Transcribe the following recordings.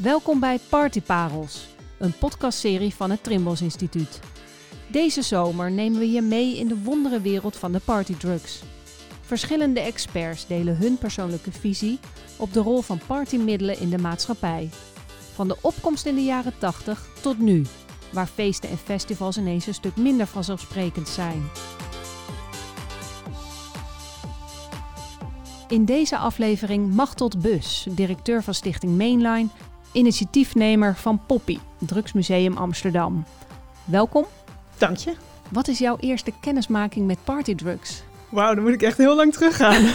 Welkom bij Partyparels, een podcastserie van het Trimbos Instituut. Deze zomer nemen we je mee in de wonderenwereld van de partydrugs. Verschillende experts delen hun persoonlijke visie op de rol van partymiddelen in de maatschappij. Van de opkomst in de jaren 80 tot nu, waar feesten en festivals ineens een stuk minder vanzelfsprekend zijn. In deze aflevering Machteld Bus, directeur van Stichting Mainline, initiatiefnemer van Poppy, Drugsmuseum Amsterdam. Welkom. Dank je. Wat is jouw eerste kennismaking met partydrugs? Wauw, dan moet ik echt heel lang teruggaan.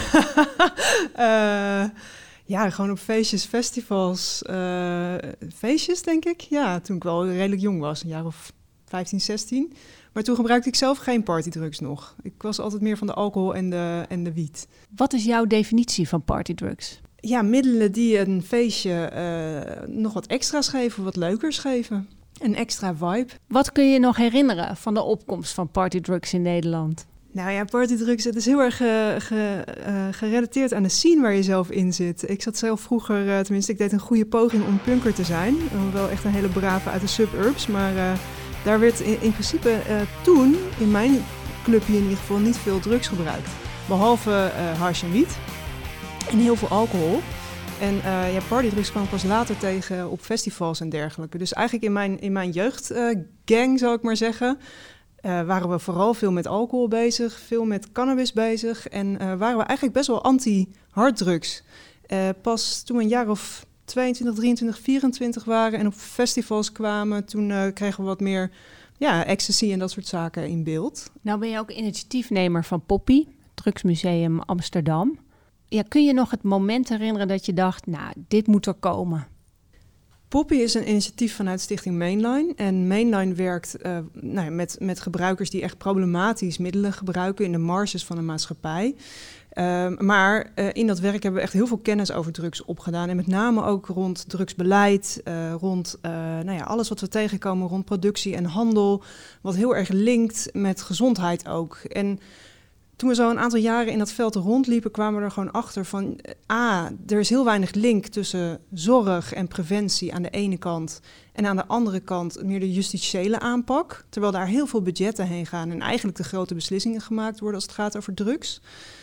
Gewoon op feestjes, festivals. Feestjes, denk ik. Ja, toen ik wel redelijk jong was, een jaar of 15, 16. Maar toen gebruikte ik zelf geen partydrugs nog. Ik was altijd meer van de alcohol en de wiet. Wat is jouw definitie van partydrugs? Ja, middelen die een feestje nog wat extra's geven, wat leukers geven. Een extra vibe. Wat kun je nog herinneren van de opkomst van partydrugs in Nederland? Nou ja, partydrugs, het is heel erg gerelateerd aan de scene waar je zelf in zit. Ik zat zelf vroeger, tenminste ik deed een goede poging om punker te zijn. Wel echt een hele brave uit de suburbs, maar daar werd in principe toen, in mijn clubje in ieder geval, niet veel drugs gebruikt. Behalve hash en wiet en heel veel alcohol. En partydrugs kwam ik pas later tegen op festivals en dergelijke. Dus eigenlijk in mijn jeugdgang, zou ik maar zeggen, waren we vooral veel met alcohol bezig, veel met cannabis bezig. En waren we eigenlijk best wel anti-harddrugs. Pas toen we een jaar of 22, 23, 24 waren en op festivals kwamen, toen kregen we wat meer ecstasy en dat soort zaken in beeld. Nou ben je ook initiatiefnemer van Poppy, Drugsmuseum Amsterdam. Ja, kun je nog het moment herinneren dat je dacht, nou, dit moet er komen? Poppy is een initiatief vanuit Stichting Mainline. En Mainline werkt met gebruikers die echt problematisch middelen gebruiken in de marges van de maatschappij. Maar in dat werk hebben we echt heel veel kennis over drugs opgedaan. En met name ook rond drugsbeleid, rond alles wat we tegenkomen rond productie en handel. Wat heel erg linkt met gezondheid ook. En toen we zo een aantal jaren in dat veld rondliepen, kwamen we er gewoon achter van er is heel weinig link tussen zorg en preventie aan de ene kant en aan de andere kant meer de justitiële aanpak. Terwijl daar heel veel budgetten heen gaan en eigenlijk de grote beslissingen gemaakt worden als het gaat over drugs.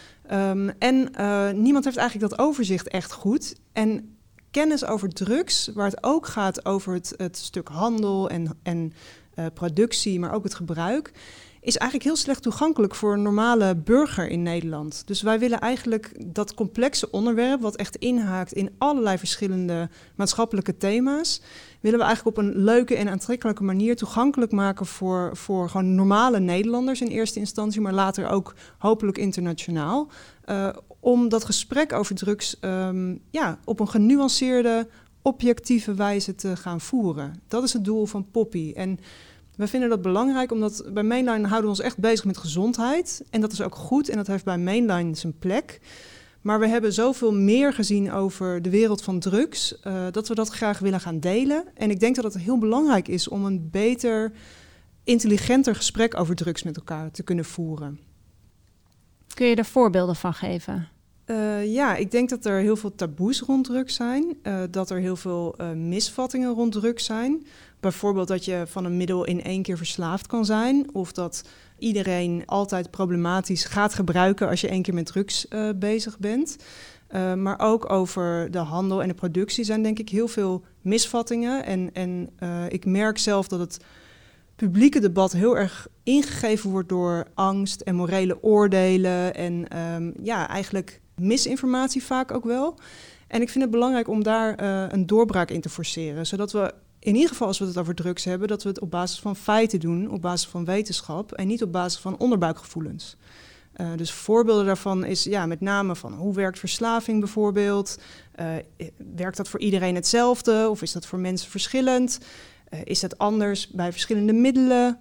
Niemand heeft eigenlijk dat overzicht echt goed. En kennis over drugs, waar het ook gaat over het stuk handel en productie, maar ook het gebruik, is eigenlijk heel slecht toegankelijk voor een normale burger in Nederland. Dus wij willen eigenlijk dat complexe onderwerp, wat echt inhaakt in allerlei verschillende maatschappelijke thema's, willen we eigenlijk op een leuke en aantrekkelijke manier toegankelijk maken voor gewoon normale Nederlanders in eerste instantie, maar later ook hopelijk internationaal. Om dat gesprek over drugs op een genuanceerde, objectieve wijze te gaan voeren. Dat is het doel van Poppy. En we vinden dat belangrijk, omdat bij Mainline houden we ons echt bezig met gezondheid. En dat is ook goed en dat heeft bij Mainline zijn plek. Maar we hebben zoveel meer gezien over de wereld van drugs, dat we dat graag willen gaan delen. En ik denk dat het heel belangrijk is om een beter, intelligenter gesprek over drugs met elkaar te kunnen voeren. Kun je er voorbeelden van geven? Ik denk dat er heel veel taboes rond drugs zijn. Dat er heel veel misvattingen rond drugs zijn. Bijvoorbeeld dat je van een middel in 1 keer verslaafd kan zijn. Of dat iedereen altijd problematisch gaat gebruiken als je 1 keer met drugs bezig bent. Maar ook over de handel en de productie zijn denk ik heel veel misvattingen. En ik merk zelf dat het publieke debat heel erg ingegeven wordt door angst en morele oordelen. En eigenlijk misinformatie vaak ook wel. En ik vind het belangrijk om daar een doorbraak in te forceren. Zodat we in ieder geval als we het over drugs hebben, dat we het op basis van feiten doen, op basis van wetenschap en niet op basis van onderbuikgevoelens. Dus voorbeelden daarvan is met name van hoe werkt verslaving bijvoorbeeld? Werkt dat voor iedereen hetzelfde of is dat voor mensen verschillend? Is dat anders bij verschillende middelen?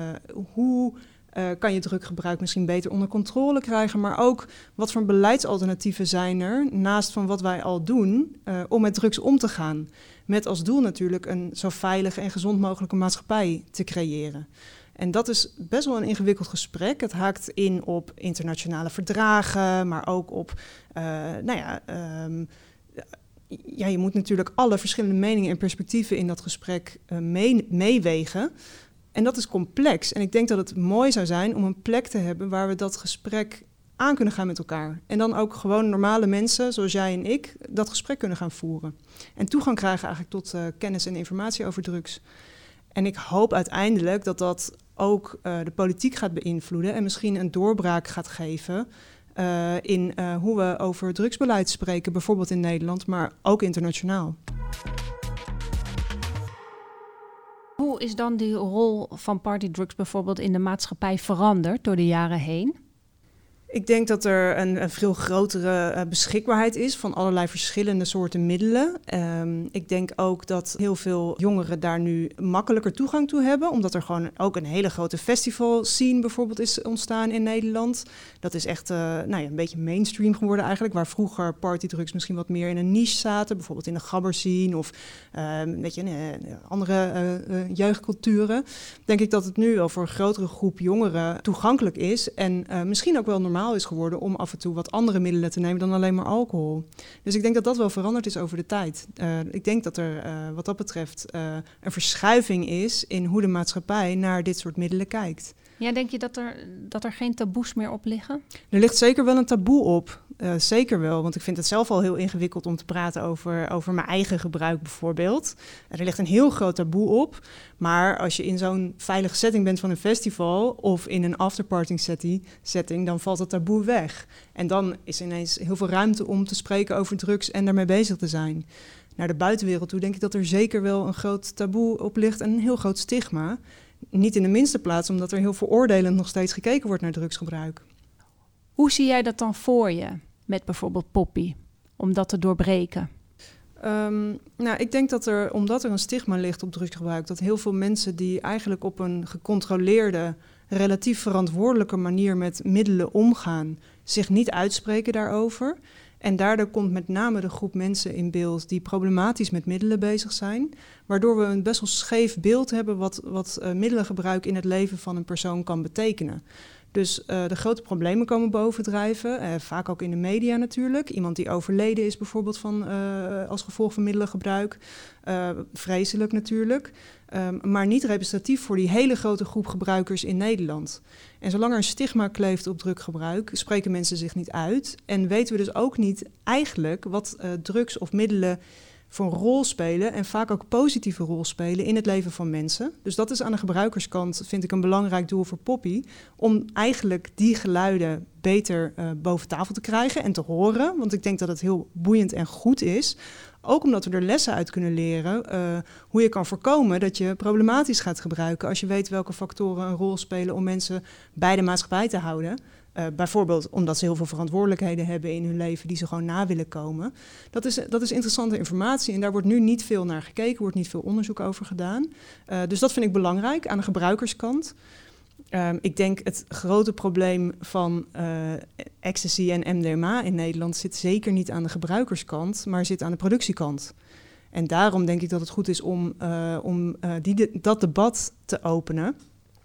Hoe kan je druggebruik misschien beter onder controle krijgen? Maar ook wat voor beleidsalternatieven zijn er naast van wat wij al doen om met drugs om te gaan? Met als doel natuurlijk een zo veilige en gezond mogelijke maatschappij te creëren. En dat is best wel een ingewikkeld gesprek. Het haakt in op internationale verdragen, maar ook op je moet natuurlijk alle verschillende meningen en perspectieven in dat gesprek meewegen. En dat is complex. En ik denk dat het mooi zou zijn om een plek te hebben waar we dat gesprek aan kunnen gaan met elkaar. En dan ook gewoon normale mensen, zoals jij en ik, dat gesprek kunnen gaan voeren. En toegang krijgen eigenlijk tot kennis en informatie over drugs. En ik hoop uiteindelijk dat dat ook de politiek gaat beïnvloeden en misschien een doorbraak gaat geven in hoe we over drugsbeleid spreken, bijvoorbeeld in Nederland, maar ook internationaal. Hoe is dan die rol van partydrugs bijvoorbeeld in de maatschappij veranderd door de jaren heen? Ik denk dat er een veel grotere beschikbaarheid is van allerlei verschillende soorten middelen. Ik denk ook dat heel veel jongeren daar nu makkelijker toegang toe hebben, omdat er gewoon ook een hele grote festivalscene bijvoorbeeld is ontstaan in Nederland. Dat is echt een beetje mainstream geworden eigenlijk, waar vroeger partydrugs misschien wat meer in een niche zaten, bijvoorbeeld in de gabberscene of andere jeugdculturen. Denk ik dat het nu wel voor een grotere groep jongeren toegankelijk is en misschien ook wel normaal is geworden om af en toe wat andere middelen te nemen dan alleen maar alcohol. Dus ik denk dat dat wel veranderd is over de tijd. Ik denk dat er wat dat betreft een verschuiving is in hoe de maatschappij naar dit soort middelen kijkt. Ja, denk je dat er geen taboes meer op liggen? Er ligt zeker wel een taboe op. Zeker wel, want ik vind het zelf al heel ingewikkeld om te praten over mijn eigen gebruik bijvoorbeeld. Er ligt een heel groot taboe op. Maar als je in zo'n veilige setting bent van een festival of in een afterparty setting, dan valt dat taboe weg. En dan is er ineens heel veel ruimte om te spreken over drugs en daarmee bezig te zijn. Naar de buitenwereld toe denk ik dat er zeker wel een groot taboe op ligt en een heel groot stigma. Niet in de minste plaats, omdat er heel veroordelend nog steeds gekeken wordt naar drugsgebruik. Hoe zie jij dat dan voor je, met bijvoorbeeld Poppy, om dat te doorbreken? Ik denk dat omdat er een stigma ligt op drugsgebruik, dat heel veel mensen die eigenlijk op een gecontroleerde, relatief verantwoordelijke manier met middelen omgaan, zich niet uitspreken daarover. En daardoor komt met name de groep mensen in beeld die problematisch met middelen bezig zijn, waardoor we een best wel scheef beeld hebben wat middelengebruik in het leven van een persoon kan betekenen. Dus de grote problemen komen bovendrijven, vaak ook in de media natuurlijk. Iemand die overleden is bijvoorbeeld als gevolg van middelengebruik, vreselijk natuurlijk. Maar niet representatief voor die hele grote groep gebruikers in Nederland. En zolang er een stigma kleeft op druggebruik, spreken mensen zich niet uit. En weten we dus ook niet eigenlijk wat drugs of middelen voor een rol spelen en vaak ook een positieve rol spelen in het leven van mensen. Dus dat is aan de gebruikerskant, vind ik, een belangrijk doel voor Poppy, om eigenlijk die geluiden beter boven tafel te krijgen en te horen. Want ik denk dat het heel boeiend en goed is. Ook omdat we er lessen uit kunnen leren hoe je kan voorkomen dat je problematisch gaat gebruiken als je weet welke factoren een rol spelen om mensen bij de maatschappij te houden. Bijvoorbeeld omdat ze heel veel verantwoordelijkheden hebben in hun leven die ze gewoon na willen komen. Dat is interessante informatie en daar wordt nu niet veel naar gekeken, wordt niet veel onderzoek over gedaan. Dus dat vind ik belangrijk aan de gebruikerskant. Ik denk het grote probleem van ecstasy en MDMA in Nederland zit zeker niet aan de gebruikerskant, maar zit aan de productiekant. En daarom denk ik dat het goed is om dat debat te openen.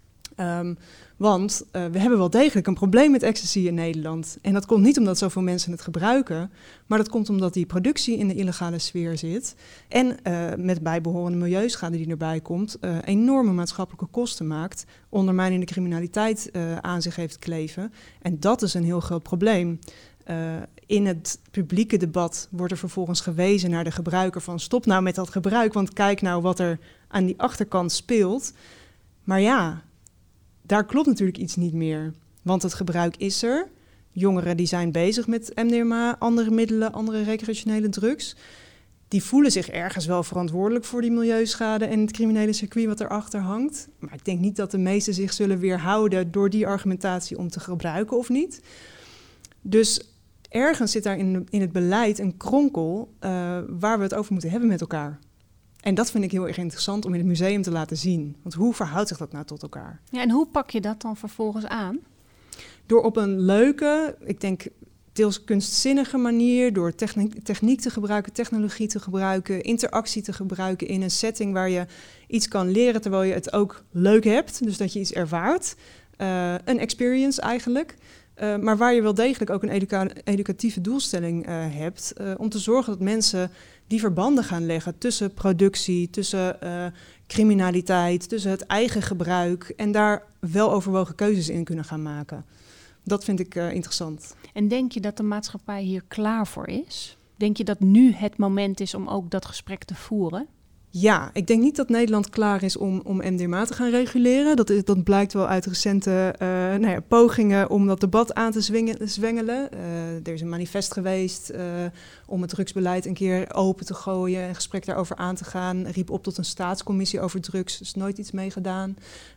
Want we hebben wel degelijk een probleem met ecstasy in Nederland. En dat komt niet omdat zoveel mensen het gebruiken, maar dat komt omdat die productie in de illegale sfeer zit. En met bijbehorende milieuschade die erbij komt, enorme maatschappelijke kosten maakt, ondermijnende criminaliteit aan zich heeft kleven. En dat is een heel groot probleem. In het publieke debat wordt er vervolgens gewezen naar de gebruiker van stop nou met dat gebruik, want kijk nou wat er aan die achterkant speelt. Maar ja, daar klopt natuurlijk iets niet meer, want het gebruik is er. Jongeren die zijn bezig met MDMA, andere middelen, andere recreationele drugs. Die voelen zich ergens wel verantwoordelijk voor die milieuschade en het criminele circuit wat erachter hangt. Maar ik denk niet dat de meesten zich zullen weerhouden door die argumentatie om te gebruiken of niet. Dus ergens zit daar in het beleid een kronkel waar we het over moeten hebben met elkaar. En dat vind ik heel erg interessant om in het museum te laten zien. Want hoe verhoudt zich dat nou tot elkaar? Ja, en hoe pak je dat dan vervolgens aan? Door op een leuke, ik denk deels kunstzinnige manier, door techniek te gebruiken, technologie te gebruiken, interactie te gebruiken in een setting waar je iets kan leren terwijl je het ook leuk hebt. Dus dat je iets ervaart. Een experience eigenlijk. Maar waar je wel degelijk ook een educatieve doelstelling hebt. Om te zorgen dat mensen die verbanden gaan leggen tussen productie, tussen criminaliteit, tussen het eigen gebruik. En daar wel overwogen keuzes in kunnen gaan maken. Dat vind ik interessant. En denk je dat de maatschappij hier klaar voor is? Denk je dat nu het moment is om ook dat gesprek te voeren? Ja, ik denk niet dat Nederland klaar is om MDMA te gaan reguleren. Dat blijkt wel uit recente pogingen om dat debat aan te zwengelen. Er is een manifest geweest om het drugsbeleid een keer open te gooien, een gesprek daarover aan te gaan. Riep op tot een staatscommissie over drugs, er is nooit iets mee gedaan.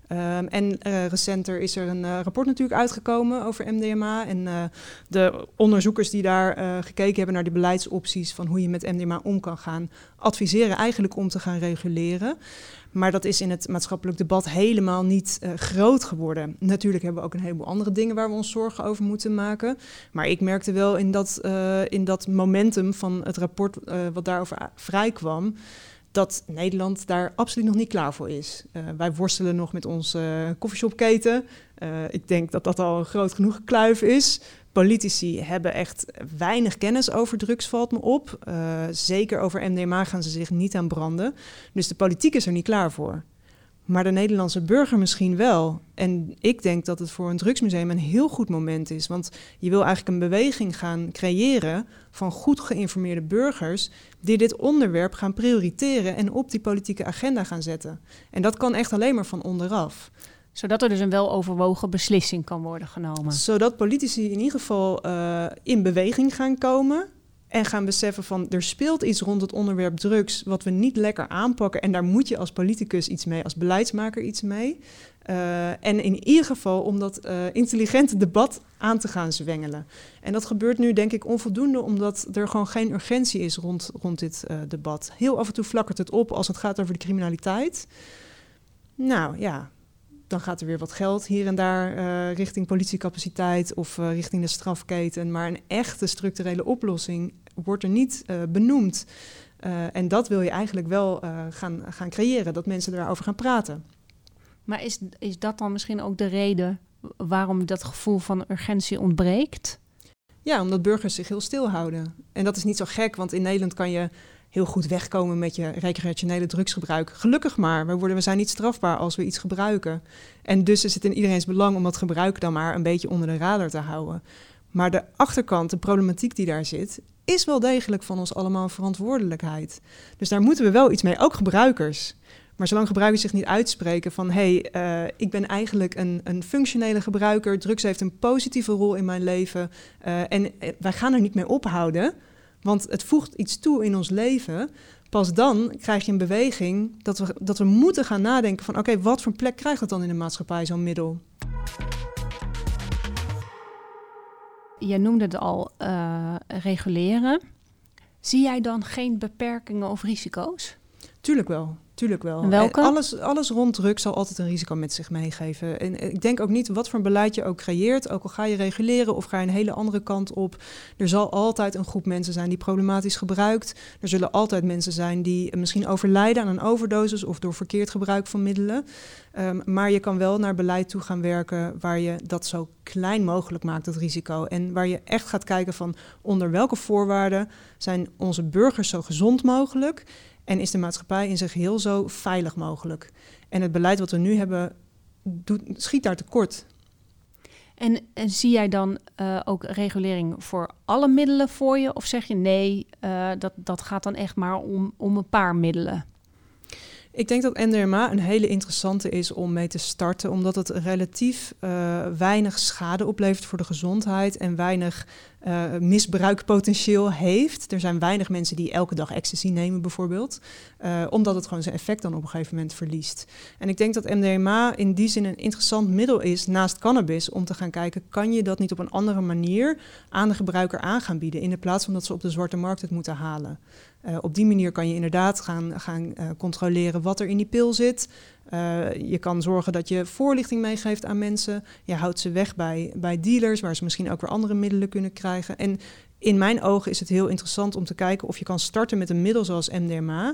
Recenter is er een rapport natuurlijk uitgekomen over MDMA. En de onderzoekers die daar gekeken hebben naar de beleidsopties van hoe je met MDMA om kan gaan, adviseren eigenlijk om te gaan reguleren. Maar dat is in het maatschappelijk debat helemaal niet groot geworden. Natuurlijk hebben we ook een heleboel andere dingen waar we ons zorgen over moeten maken. Maar ik merkte wel in dat momentum van het rapport wat daarover vrijkwam, dat Nederland daar absoluut nog niet klaar voor is. Wij worstelen nog met onze koffieshopketen. Ik denk dat dat al een groot genoeg kluif is. Politici hebben echt weinig kennis over drugs, valt me op. Zeker over MDMA gaan ze zich niet aan branden. Dus de politiek is er niet klaar voor. Maar de Nederlandse burger misschien wel. En ik denk dat het voor een drugsmuseum een heel goed moment is. Want je wil eigenlijk een beweging gaan creëren van goed geïnformeerde burgers die dit onderwerp gaan prioriteren en op die politieke agenda gaan zetten. En dat kan echt alleen maar van onderaf. Zodat er dus een weloverwogen beslissing kan worden genomen. Zodat politici in ieder geval in beweging gaan komen en gaan beseffen van er speelt iets rond het onderwerp drugs wat we niet lekker aanpakken. En daar moet je als politicus iets mee, als beleidsmaker iets mee. En in ieder geval om dat intelligente debat aan te gaan zwengelen. En dat gebeurt nu denk ik onvoldoende, omdat er gewoon geen urgentie is rond dit debat. Heel af en toe flakkert het op als het gaat over de criminaliteit. Nou ja, dan gaat er weer wat geld hier en daar richting politiecapaciteit of richting de strafketen. Maar een echte structurele oplossing wordt er niet benoemd. En dat wil je eigenlijk wel gaan creëren, dat mensen daarover gaan praten. Maar is dat dan misschien ook de reden waarom dat gevoel van urgentie ontbreekt? Ja, omdat burgers zich heel stil houden. En dat is niet zo gek, want in Nederland kan je heel goed wegkomen met je recreationele drugsgebruik. Gelukkig maar, we zijn niet strafbaar als we iets gebruiken. En dus is het in iedereen's belang om dat gebruik dan maar een beetje onder de radar te houden. Maar de achterkant, de problematiek die daar zit, is wel degelijk van ons allemaal een verantwoordelijkheid. Dus daar moeten we wel iets mee, ook gebruikers. Maar zolang gebruikers zich niet uitspreken van ik ben eigenlijk een functionele gebruiker, drugs heeft een positieve rol in mijn leven en wij gaan er niet mee ophouden, want het voegt iets toe in ons leven. Pas dan krijg je een beweging dat we moeten gaan nadenken van oké, wat voor plek krijgt het dan in de maatschappij, zo'n middel? Je noemde het al, reguleren. Zie jij dan geen beperkingen of risico's? Tuurlijk wel. Welke? Alles rond drugs zal altijd een risico met zich meegeven. En ik denk ook niet wat voor beleid je ook creëert, ook al ga je reguleren of ga je een hele andere kant op. Er zal altijd een groep mensen zijn die problematisch gebruikt. Er zullen altijd mensen zijn die misschien overlijden aan een overdosis of door verkeerd gebruik van middelen. Maar je kan wel naar beleid toe gaan werken waar je dat zo klein mogelijk maakt, dat risico. En waar je echt gaat kijken van onder welke voorwaarden zijn onze burgers zo gezond mogelijk en is de maatschappij in zijn geheel zo veilig mogelijk. En het beleid wat we nu hebben schiet daar tekort. En zie jij dan ook regulering voor alle middelen voor je? Of zeg je nee, dat gaat dan echt maar om een paar middelen? Ik denk dat MDMA een hele interessante is om mee te starten, omdat het relatief weinig schade oplevert voor de gezondheid en weinig misbruikpotentieel heeft. Er zijn weinig mensen die elke dag ecstasy nemen bijvoorbeeld, omdat het gewoon zijn effect dan op een gegeven moment verliest. En ik denk dat MDMA in die zin een interessant middel is naast cannabis om te gaan kijken, kan je dat niet op een andere manier aan de gebruiker aan gaan bieden in de plaats van dat ze op de zwarte markt het moeten halen. Op die manier kan je inderdaad gaan controleren wat er in die pil zit. Je kan zorgen dat je voorlichting meegeeft aan mensen. Je houdt ze weg bij dealers, waar ze misschien ook weer andere middelen kunnen krijgen. En in mijn ogen is het heel interessant om te kijken of je kan starten met een middel zoals MDMA,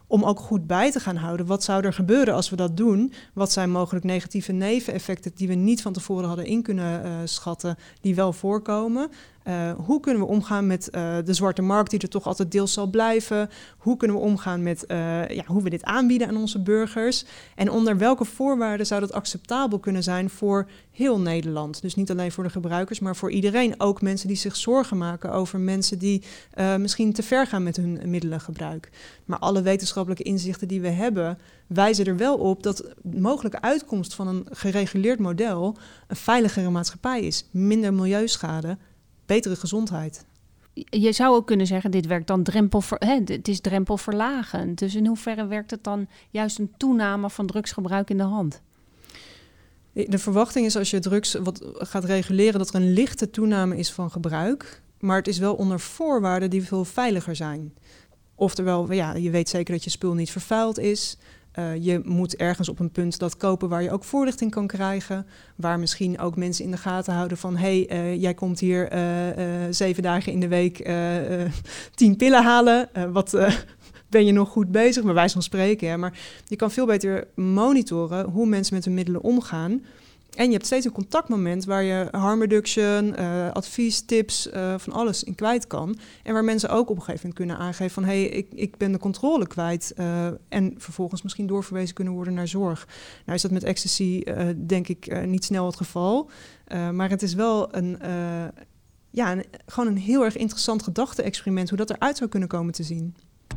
om ook goed bij te gaan houden. Wat zou er gebeuren als we dat doen? Wat zijn mogelijk negatieve neveneffecten die we niet van tevoren hadden in kunnen schatten, die wel voorkomen? Hoe kunnen we omgaan met de zwarte markt die er toch altijd deels zal blijven? Hoe kunnen we omgaan met hoe we dit aanbieden aan onze burgers? En onder welke voorwaarden zou dat acceptabel kunnen zijn voor heel Nederland? Dus niet alleen voor de gebruikers, maar voor iedereen. Ook mensen die zich zorgen maken over mensen die misschien te ver gaan met hun middelengebruik. Maar alle wetenschappelijke inzichten die we hebben, wijzen er wel op dat de mogelijke uitkomst van een gereguleerd model een veiligere maatschappij is. Minder milieuschade, betere gezondheid. Je zou ook kunnen zeggen, dit werkt dan het is drempelverlagend. Dus in hoeverre werkt het dan juist een toename van drugsgebruik in de hand? De verwachting is als je drugs wat gaat reguleren, dat er een lichte toename is van gebruik. Maar het is wel onder voorwaarden die veel veiliger zijn. Oftewel, je weet zeker dat je spul niet vervuild is. Je moet ergens op een punt dat kopen waar je ook voorlichting kan krijgen. Waar misschien ook mensen in de gaten houden van jij komt hier 7 dagen in de week 10 pillen halen. Ben je nog goed bezig, bij wijze van spreken. Hè? Maar je kan veel beter monitoren hoe mensen met hun middelen omgaan. En je hebt steeds een contactmoment waar je harm reduction, advies, tips, van alles in kwijt kan. En waar mensen ook op een gegeven moment kunnen aangeven van ik ben de controle kwijt. En vervolgens misschien doorverwezen kunnen worden naar zorg. Nou is dat met ecstasy denk ik niet snel het geval. Maar het is wel gewoon een heel erg interessant gedachte-experiment hoe dat eruit zou kunnen komen te zien.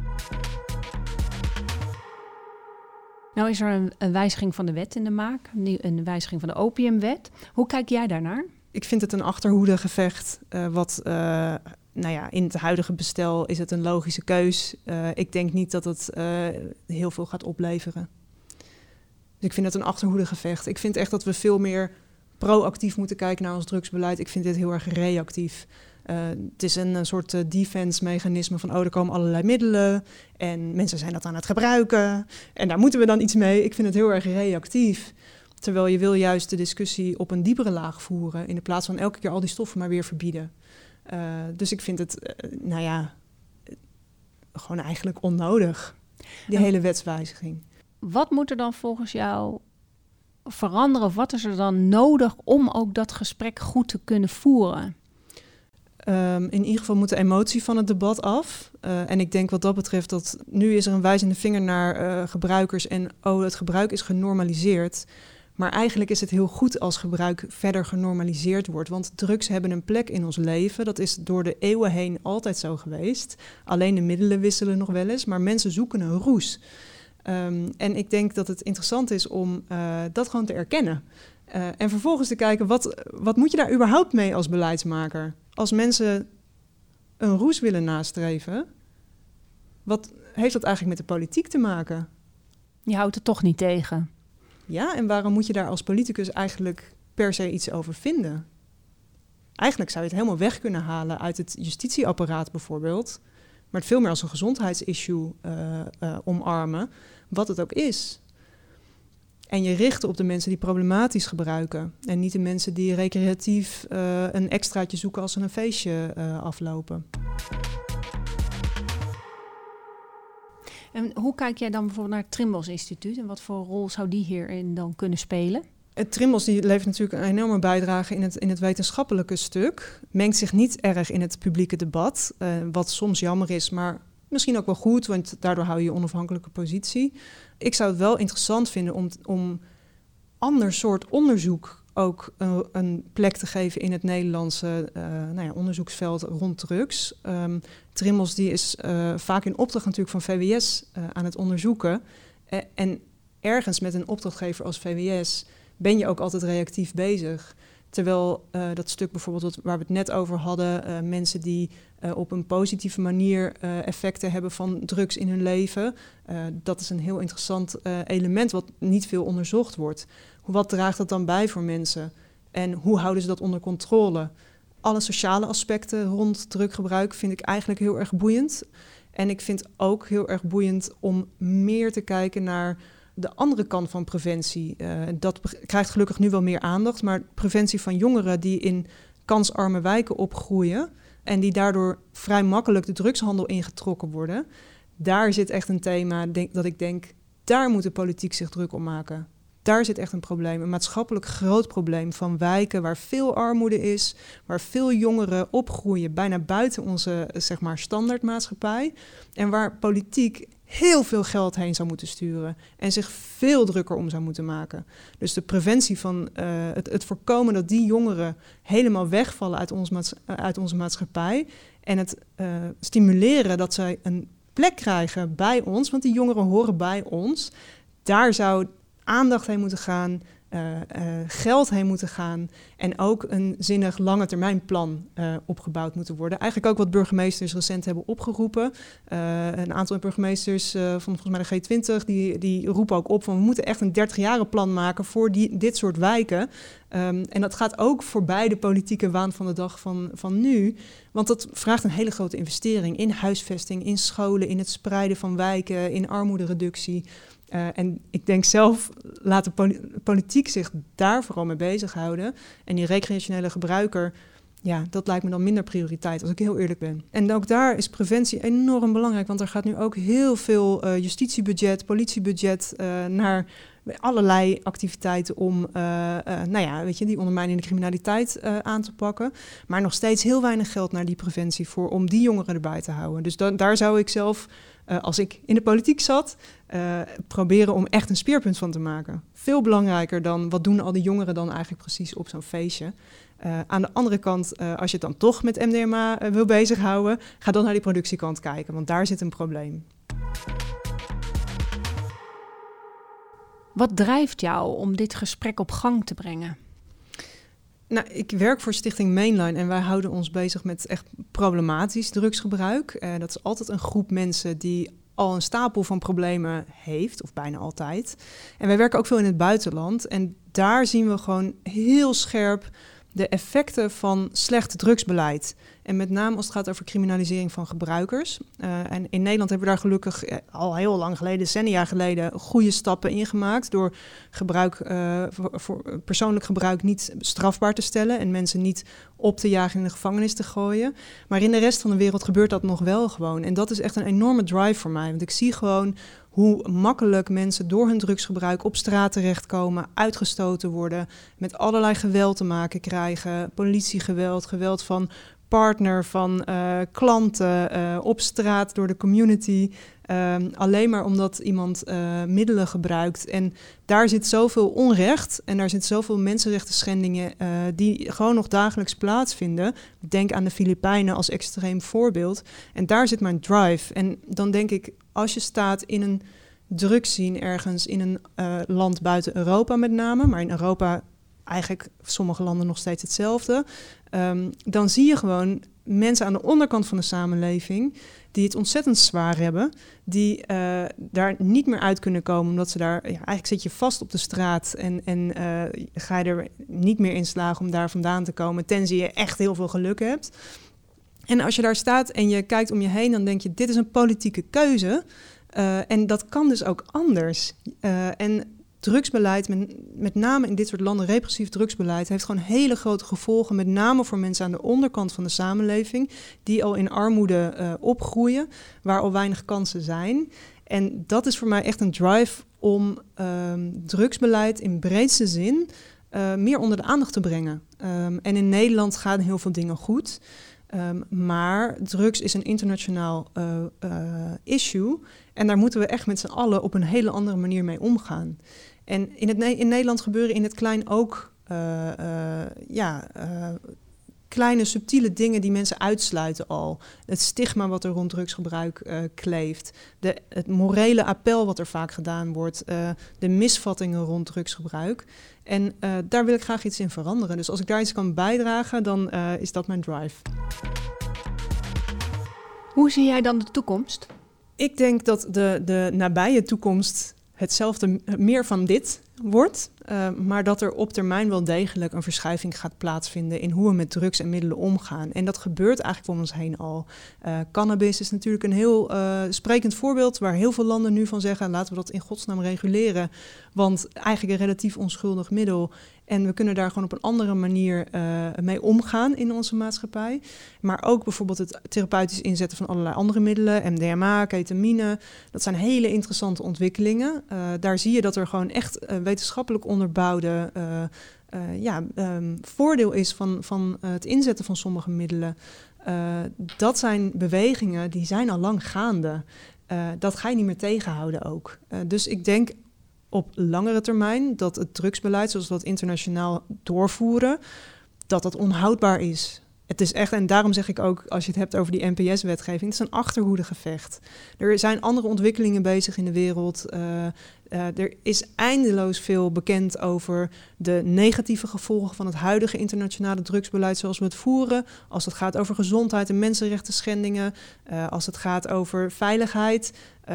Nou is er een wijziging van de wet in de maak, een wijziging van de opiumwet. Hoe kijk jij daarnaar? Ik vind het een achterhoedegevecht. In het huidige bestel is het een logische keus. Ik denk niet dat het heel veel gaat opleveren. Dus ik vind het een achterhoedegevecht. Ik vind echt dat we veel meer proactief moeten kijken naar ons drugsbeleid. Ik vind dit heel erg reactief. Het is een soort defense-mechanisme van er komen allerlei middelen en mensen zijn dat aan het gebruiken en daar moeten we dan iets mee. Ik vind het heel erg reactief, terwijl je wil juist de discussie op een diepere laag voeren in de plaats van elke keer al die stoffen maar weer verbieden. Dus ik vind het, gewoon eigenlijk onnodig, die hele wetswijziging. Wat moet er dan volgens jou veranderen of wat is er dan nodig om ook dat gesprek goed te kunnen voeren? In ieder geval moet de emotie van het debat af. En ik denk wat dat betreft dat nu is er een wijzende vinger naar gebruikers en het gebruik is genormaliseerd. Maar eigenlijk is het heel goed als gebruik verder genormaliseerd wordt. Want drugs hebben een plek in ons leven. Dat is door de eeuwen heen altijd zo geweest. Alleen de middelen wisselen nog wel eens, maar mensen zoeken een roes. En ik denk dat het interessant is om dat gewoon te erkennen. En vervolgens te kijken, wat moet je daar überhaupt mee als beleidsmaker? Als mensen een roes willen nastreven, wat heeft dat eigenlijk met de politiek te maken? Je houdt het toch niet tegen. Ja, en waarom moet je daar als politicus eigenlijk per se iets over vinden? Eigenlijk zou je het helemaal weg kunnen halen uit het justitieapparaat bijvoorbeeld, maar het veel meer als een gezondheidsissue omarmen, wat het ook is. En je richten op de mensen die problematisch gebruiken. En niet de mensen die recreatief een extraatje zoeken als ze een feestje aflopen. En hoe kijk jij dan bijvoorbeeld naar het Trimbos Instituut? En wat voor rol zou die hierin dan kunnen spelen? Het Trimbos die levert natuurlijk een enorme bijdrage in het wetenschappelijke stuk. Mengt zich niet erg in het publieke debat. Wat soms jammer is, maar misschien ook wel goed, want daardoor hou je je onafhankelijke positie. Ik zou het wel interessant vinden om ander soort onderzoek ook een plek te geven in het Nederlandse onderzoeksveld rond drugs. Trimbos die is vaak in opdracht natuurlijk van VWS aan het onderzoeken. En ergens met een opdrachtgever als VWS ben je ook altijd reactief bezig. Terwijl dat stuk bijvoorbeeld waar we het net over hadden, mensen die op een positieve manier effecten hebben van drugs in hun leven, dat is een heel interessant element wat niet veel onderzocht wordt. Wat draagt dat dan bij voor mensen? En hoe houden ze dat onder controle? Alle sociale aspecten rond druggebruik vind ik eigenlijk heel erg boeiend. En ik vind ook heel erg boeiend om meer te kijken naar de andere kant van preventie. Dat krijgt gelukkig nu wel meer aandacht, maar preventie van jongeren die in kansarme wijken opgroeien en die daardoor vrij makkelijk de drugshandel ingetrokken worden, daar zit echt een thema dat ik denk, daar moet de politiek zich druk om maken. Daar zit echt een probleem, een maatschappelijk groot probleem van wijken waar veel armoede is, waar veel jongeren opgroeien, bijna buiten onze standaardmaatschappij. En waar politiek heel veel geld heen zou moeten sturen en zich veel drukker om zou moeten maken. Dus de preventie van het voorkomen dat die jongeren helemaal wegvallen uit onze maatschappij en het stimuleren dat zij een plek krijgen bij ons, want die jongeren horen bij ons. Daar zou aandacht heen moeten gaan, geld heen moeten gaan en ook een zinnig lange termijn plan opgebouwd moeten worden. Eigenlijk ook wat burgemeesters recent hebben opgeroepen. Een aantal burgemeesters van volgens mij de G20, die roepen ook op van we moeten echt een 30-jaren plan maken voor dit soort wijken. En dat gaat ook voorbij de politieke waan van de dag van nu. Want dat vraagt een hele grote investering in huisvesting, in scholen, in het spreiden van wijken, in armoedereductie. En ik denk zelf, laat de politiek zich daar vooral mee bezighouden. En die recreationele gebruiker, ja, dat lijkt me dan minder prioriteit, als ik heel eerlijk ben. En ook daar is preventie enorm belangrijk, want er gaat nu ook heel veel justitiebudget, politiebudget naar allerlei activiteiten om die ondermijnende criminaliteit aan te pakken. Maar nog steeds heel weinig geld naar die preventie om die jongeren erbij te houden. Dus daar zou ik zelf, als ik in de politiek zat, proberen om echt een speerpunt van te maken. Veel belangrijker dan wat doen al die jongeren dan eigenlijk precies op zo'n feestje. Aan de andere kant, als je het dan toch met MDMA wil bezighouden, ga dan naar die productiekant kijken, want daar zit een probleem. Wat drijft jou om dit gesprek op gang te brengen? Nou, ik werk voor Stichting Mainline en wij houden ons bezig met echt problematisch drugsgebruik. Dat is altijd een groep mensen die al een stapel van problemen heeft, of bijna altijd. En wij werken ook veel in het buitenland en daar zien we gewoon heel scherp de effecten van slecht drugsbeleid. En met name als het gaat over criminalisering van gebruikers. En in Nederland hebben we daar gelukkig al heel lang geleden, decennia geleden, goede stappen in gemaakt door voor persoonlijk gebruik niet strafbaar te stellen en mensen niet op te jagen in de gevangenis te gooien. Maar in de rest van de wereld gebeurt dat nog wel gewoon. En dat is echt een enorme drive voor mij. Want ik zie gewoon hoe makkelijk mensen door hun drugsgebruik op straat terechtkomen, uitgestoten worden, met allerlei geweld te maken krijgen, politiegeweld, geweld van partner, van klanten, op straat door de community. Alleen maar omdat iemand middelen gebruikt. En daar zit zoveel onrecht en daar zit zoveel mensenrechtenschendingen die gewoon nog dagelijks plaatsvinden. Denk aan de Filipijnen als extreem voorbeeld. En daar zit mijn drive. En dan denk ik, als je staat in een drugsscene ergens in een land buiten Europa met name, maar in Europa eigenlijk sommige landen nog steeds hetzelfde, dan zie je gewoon mensen aan de onderkant van de samenleving die het ontzettend zwaar hebben, die daar niet meer uit kunnen komen, omdat ze daar, eigenlijk zit je vast op de straat en ga je er niet meer in slagen om daar vandaan te komen, tenzij je echt heel veel geluk hebt. En als je daar staat en je kijkt om je heen, dan denk je, dit is een politieke keuze. En dat kan dus ook anders. En drugsbeleid, met name in dit soort landen, repressief drugsbeleid, heeft gewoon hele grote gevolgen, met name voor mensen aan de onderkant van de samenleving, die al in armoede opgroeien, waar al weinig kansen zijn. En dat is voor mij echt een drive om drugsbeleid in breedste zin meer onder de aandacht te brengen. En in Nederland gaan heel veel dingen goed. Maar drugs is een internationaal issue. En daar moeten we echt met z'n allen op een hele andere manier mee omgaan. En in Nederland gebeuren in het klein ook kleine subtiele dingen die mensen uitsluiten al. Het stigma wat er rond drugsgebruik kleeft. Het morele appel wat er vaak gedaan wordt. De misvattingen rond drugsgebruik. En daar wil ik graag iets in veranderen. Dus als ik daar iets kan bijdragen, dan is dat mijn drive. Hoe zie jij dan de toekomst? Ik denk dat de nabije toekomst hetzelfde, meer van dit wordt. maar dat er op termijn wel degelijk een verschuiving gaat plaatsvinden in hoe we met drugs en middelen omgaan. En dat gebeurt eigenlijk om ons heen al. Cannabis is natuurlijk een heel sprekend voorbeeld waar heel veel landen nu van zeggen, laten we dat in godsnaam reguleren, want eigenlijk een relatief onschuldig middel. En we kunnen daar gewoon op een andere manier mee omgaan in onze maatschappij. Maar ook bijvoorbeeld het therapeutisch inzetten van allerlei andere middelen, MDMA, ketamine. Dat zijn hele interessante ontwikkelingen. Daar zie je dat er gewoon echt wetenschappelijk onderbouwde voordeel is van het inzetten van sommige middelen. Dat zijn bewegingen die zijn al lang gaande. Dat ga je niet meer tegenhouden ook. Dus ik denk op langere termijn dat het drugsbeleid, zoals we dat internationaal doorvoeren, dat onhoudbaar is. Het is echt, en daarom zeg ik ook, als je het hebt over die NPS-wetgeving, het is een achterhoedegevecht. Er zijn andere ontwikkelingen bezig in de wereld. Er is eindeloos veel bekend over de negatieve gevolgen van het huidige internationale drugsbeleid zoals we het voeren. Als het gaat over gezondheid en mensenrechten schendingen. Als het gaat over veiligheid.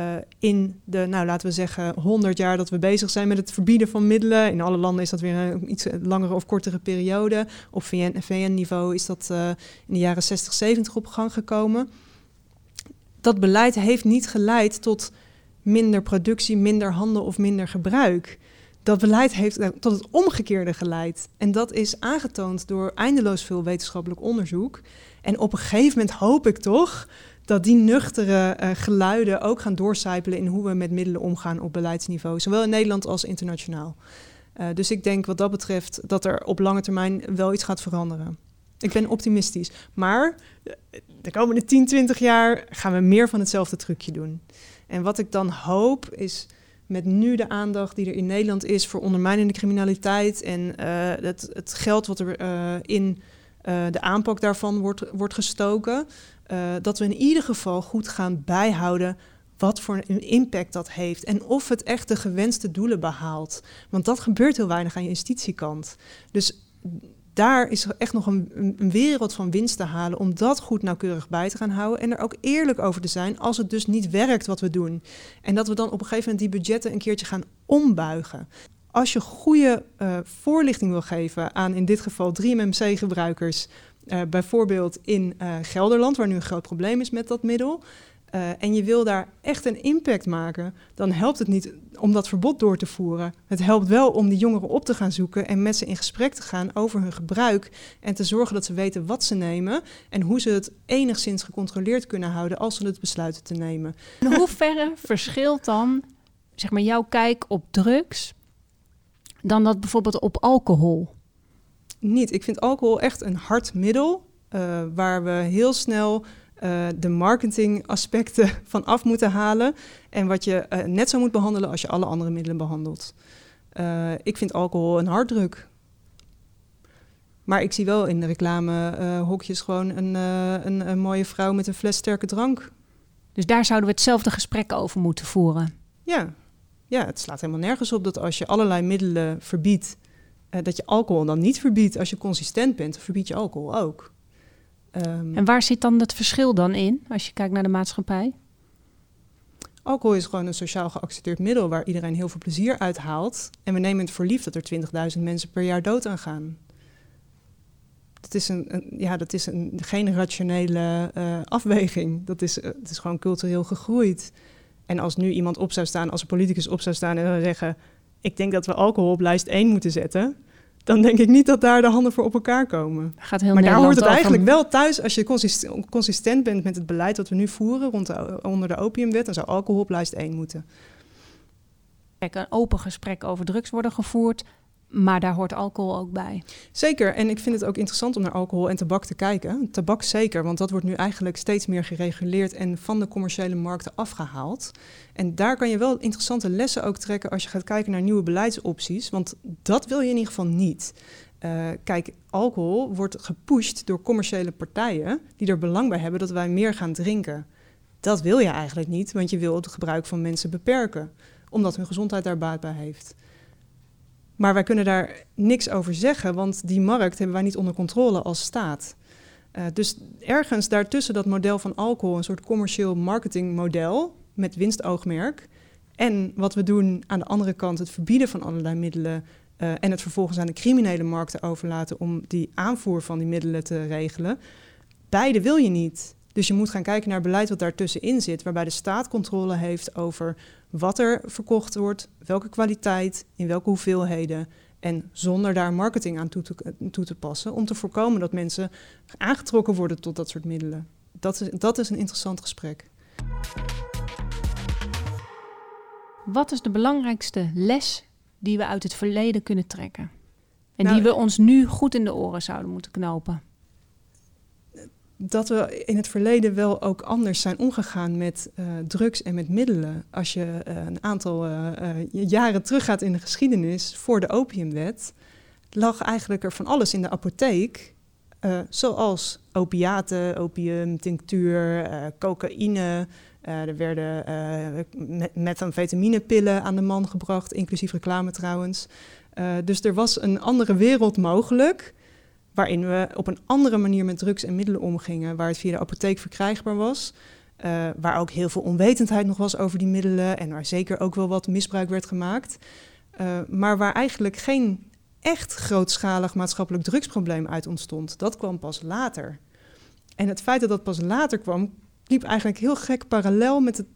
In de, laten we zeggen, 100 jaar dat we bezig zijn met het verbieden van middelen. In alle landen is dat weer een iets langere of kortere periode. Op VN-niveau is dat in de jaren 60, 70 op gang gekomen. Dat beleid heeft niet geleid tot minder productie, minder handel of minder gebruik. Dat beleid heeft tot het omgekeerde geleid. En dat is aangetoond door eindeloos veel wetenschappelijk onderzoek. En op een gegeven moment hoop ik toch dat die nuchtere geluiden ook gaan doorcijpelen in hoe we met middelen omgaan op beleidsniveau. Zowel in Nederland als internationaal. Dus ik denk wat dat betreft dat er op lange termijn wel iets gaat veranderen. Ik ben optimistisch. Maar de komende 10, 20 jaar gaan we meer van hetzelfde trucje doen. En wat ik dan hoop is met nu de aandacht die er in Nederland is voor ondermijnende criminaliteit en het geld wat er in de aanpak daarvan wordt gestoken, dat we in ieder geval goed gaan bijhouden wat voor een impact dat heeft en of het echt de gewenste doelen behaalt. Want dat gebeurt heel weinig aan je justitiekant. Dus daar is er echt nog een wereld van winst te halen om dat goed nauwkeurig bij te gaan houden en er ook eerlijk over te zijn als het dus niet werkt wat we doen. En dat we dan op een gegeven moment die budgetten een keertje gaan ombuigen. Als je goede voorlichting wil geven aan in dit geval 3-MMC-gebruikers, bijvoorbeeld in Gelderland, waar nu een groot probleem is met dat middel, en je wil daar echt een impact maken, dan helpt het niet om dat verbod door te voeren. Het helpt wel om die jongeren op te gaan zoeken en met ze in gesprek te gaan over hun gebruik en te zorgen dat ze weten wat ze nemen en hoe ze het enigszins gecontroleerd kunnen houden als ze het besluiten te nemen. In hoeverre verschilt dan, zeg maar, jouw kijk op drugs dan dat bijvoorbeeld op alcohol? Niet. Ik vind alcohol echt een hard middel waar we heel snel de marketingaspecten van af moeten halen en wat je net zo moet behandelen als je alle andere middelen behandelt. Ik vind alcohol een harddruk. Maar ik zie wel in de reclamehokjes gewoon een mooie vrouw met een fles sterke drank. Dus daar zouden we hetzelfde gesprek over moeten voeren? Ja, het slaat helemaal nergens op dat als je allerlei middelen verbiedt, dat je alcohol dan niet verbiedt. Als je consistent bent, dan verbied je alcohol ook. En waar zit dan het verschil dan in, als je kijkt naar de maatschappij? Alcohol is gewoon een sociaal geaccepteerd middel waar iedereen heel veel plezier uit haalt. En we nemen het voor lief dat er 20.000 mensen per jaar dood aan gaan. Dat is geen rationele afweging. Het is gewoon cultureel gegroeid. En als nu iemand op zou staan, als een politicus op zou staan en zou zeggen, ik denk dat we alcohol op lijst 1 moeten zetten, dan denk ik niet dat daar de handen voor op elkaar komen. Gaat heel maar Nederland daar hoort het over eigenlijk wel thuis. Als je consistent bent met het beleid dat we nu voeren onder de opiumwet, dan zou alcohol op lijst 1 moeten. Kijk, een open gesprek over drugs worden gevoerd, maar daar hoort alcohol ook bij. Zeker, en ik vind het ook interessant om naar alcohol en tabak te kijken. Tabak zeker, want dat wordt nu eigenlijk steeds meer gereguleerd en van de commerciële markten afgehaald. En daar kan je wel interessante lessen ook trekken als je gaat kijken naar nieuwe beleidsopties, want dat wil je in ieder geval niet. Kijk, alcohol wordt gepusht door commerciële partijen die er belang bij hebben dat wij meer gaan drinken. Dat wil je eigenlijk niet, want je wil het gebruik van mensen beperken, omdat hun gezondheid daar baat bij heeft. Maar wij kunnen daar niks over zeggen, want die markt hebben wij niet onder controle als staat. Dus ergens daartussen dat model van alcohol, een soort commercieel marketingmodel met winstoogmerk. En wat we doen aan de andere kant, het verbieden van allerlei middelen en het vervolgens aan de criminele markten overlaten om die aanvoer van die middelen te regelen. Beide wil je niet. Dus je moet gaan kijken naar beleid wat daartussenin zit, waarbij de staat controle heeft over wat er verkocht wordt, welke kwaliteit, in welke hoeveelheden, en zonder daar marketing aan toe te passen, om te voorkomen dat mensen aangetrokken worden tot dat soort middelen. Dat is een interessant gesprek. Wat is de belangrijkste les die we uit het verleden kunnen trekken? En die we ons nu goed in de oren zouden moeten knopen? Dat we in het verleden wel ook anders zijn omgegaan met drugs en met middelen. Als je een aantal jaren teruggaat in de geschiedenis, voor de opiumwet, lag eigenlijk er van alles in de apotheek. Zoals opiaten, opium, tinctuur, cocaïne. Er werden methamfetaminepillen aan de man gebracht, inclusief reclame trouwens. Dus er was een andere wereld mogelijk, waarin we op een andere manier met drugs en middelen omgingen, waar het via de apotheek verkrijgbaar was, waar ook heel veel onwetendheid nog was over die middelen en waar zeker ook wel wat misbruik werd gemaakt, maar waar eigenlijk geen echt grootschalig maatschappelijk drugsprobleem uit ontstond. Dat kwam pas later. En het feit dat dat pas later kwam, liep eigenlijk heel gek parallel met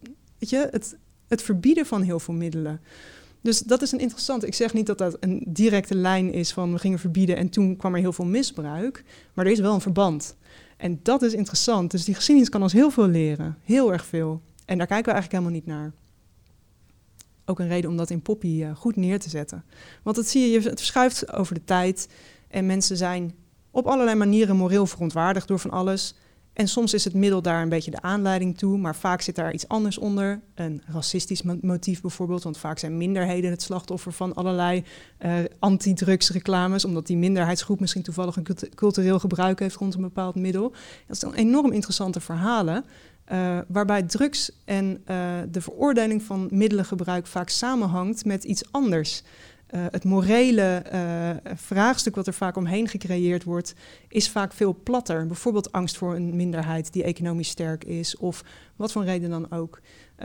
het verbieden van heel veel middelen. Dus dat is een interessante. Ik zeg niet dat dat een directe lijn is van we gingen verbieden en toen kwam er heel veel misbruik. Maar er is wel een verband. En dat is interessant. Dus die geschiedenis kan ons heel veel leren. Heel erg veel. En daar kijken we eigenlijk helemaal niet naar. Ook een reden om dat in Poppy goed neer te zetten. Want dat zie je, het verschuift over de tijd. En mensen zijn op allerlei manieren moreel verontwaardigd door van alles. En soms is het middel daar een beetje de aanleiding toe, maar vaak zit daar iets anders onder. Een racistisch motief bijvoorbeeld, want vaak zijn minderheden het slachtoffer van allerlei anti-drugsreclames, omdat die minderheidsgroep misschien toevallig een cultureel gebruik heeft rond een bepaald middel. Dat zijn enorm interessante verhalen, waarbij drugs en de veroordeling van middelengebruik vaak samenhangt met iets anders. Het morele vraagstuk wat er vaak omheen gecreëerd wordt, is vaak veel platter. Bijvoorbeeld angst voor een minderheid die economisch sterk is, of wat voor reden dan ook.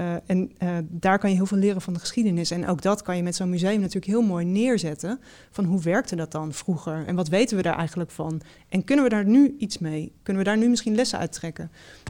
Daar kan je heel veel leren van de geschiedenis. En ook dat kan je met zo'n museum natuurlijk heel mooi neerzetten. Van hoe werkte dat dan vroeger? En wat weten we daar eigenlijk van? En kunnen we daar nu iets mee? Kunnen we daar nu misschien lessen uit trekken?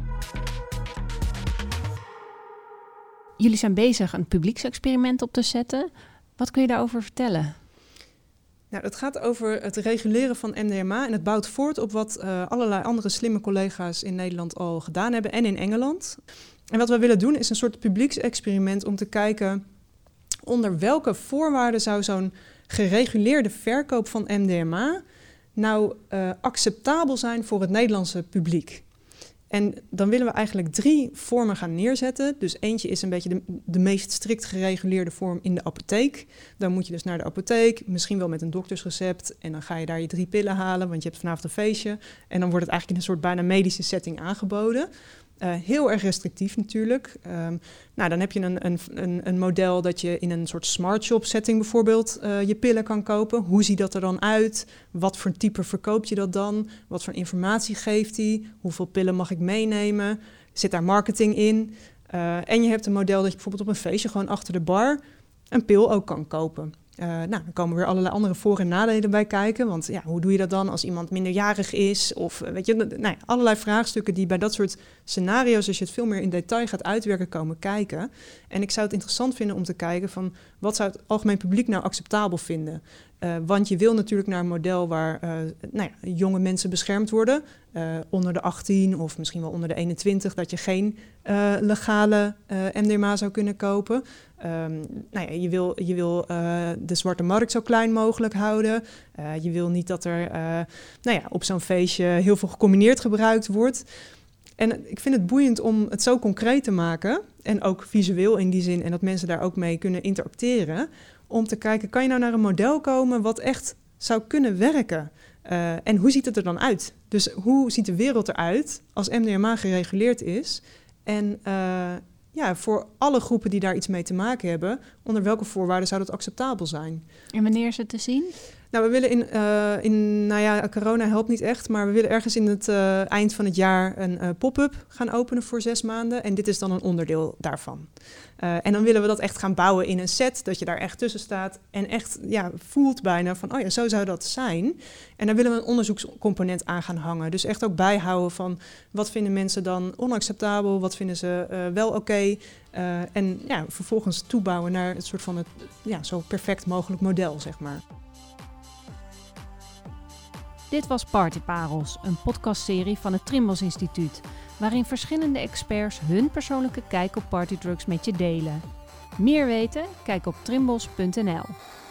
Jullie zijn bezig een publieksexperiment op te zetten. Wat kun je daarover vertellen? Nou, het gaat over het reguleren van MDMA en het bouwt voort op wat allerlei andere slimme collega's in Nederland al gedaan hebben en in Engeland. En wat we willen doen is een soort publieksexperiment om te kijken onder welke voorwaarden zou zo'n gereguleerde verkoop van MDMA nou acceptabel zijn voor het Nederlandse publiek. En dan willen we eigenlijk 3 vormen gaan neerzetten. Dus eentje is een beetje de meest strikt gereguleerde vorm in de apotheek. Dan moet je dus naar de apotheek, misschien wel met een doktersrecept. En dan ga je daar je 3 pillen halen, want je hebt vanavond een feestje. En dan wordt het eigenlijk in een soort bijna medische setting aangeboden. Heel erg restrictief natuurlijk. Nou, dan heb je een model dat je in een soort smart shop setting bijvoorbeeld je pillen kan kopen. Hoe ziet dat er dan uit? Wat voor type verkoopt je dat dan? Wat voor informatie geeft die? Hoeveel pillen mag ik meenemen? Zit daar marketing in? En je hebt een model dat je bijvoorbeeld op een feestje gewoon achter de bar een pil ook kan kopen. Dan komen weer allerlei andere voor- en nadelen bij kijken. Want ja, hoe doe je dat dan als iemand minderjarig is? Of weet je, allerlei vraagstukken die bij dat soort scenario's, als je het veel meer in detail gaat uitwerken, komen kijken. En ik zou het interessant vinden om te kijken van wat zou het algemeen publiek nou acceptabel vinden? Want je wil natuurlijk naar een model waar jonge mensen beschermd worden. Onder de 18 of misschien wel onder de 21, dat je geen legale MDMA zou kunnen kopen. Je wil de zwarte markt zo klein mogelijk houden. Je wil niet dat er op zo'n feestje heel veel gecombineerd gebruikt wordt. En ik vind het boeiend om het zo concreet te maken. En ook visueel in die zin. En dat mensen daar ook mee kunnen interacteren. Om te kijken, kan je nou naar een model komen wat echt zou kunnen werken? En hoe ziet het er dan uit? Dus hoe ziet de wereld eruit als MDMA gereguleerd is? En voor alle groepen die daar iets mee te maken hebben, onder welke voorwaarden zou dat acceptabel zijn? En wanneer is het te zien? Nou, we willen corona helpt niet echt, maar we willen ergens in het eind van het jaar een pop-up gaan openen voor 6 maanden. En dit is dan een onderdeel daarvan. En dan willen we dat echt gaan bouwen in een set, dat je daar echt tussen staat en echt voelt bijna van, zo zou dat zijn. En daar willen we een onderzoekscomponent aan gaan hangen. Dus echt ook bijhouden van, wat vinden mensen dan onacceptabel, wat vinden ze wel oké. En vervolgens toebouwen naar het soort van het zo perfect mogelijk model, zeg maar. Dit was Partyparels, een podcastserie van het Trimbos Instituut, waarin verschillende experts hun persoonlijke kijk op partydrugs met je delen. Meer weten? Kijk op trimbos.nl.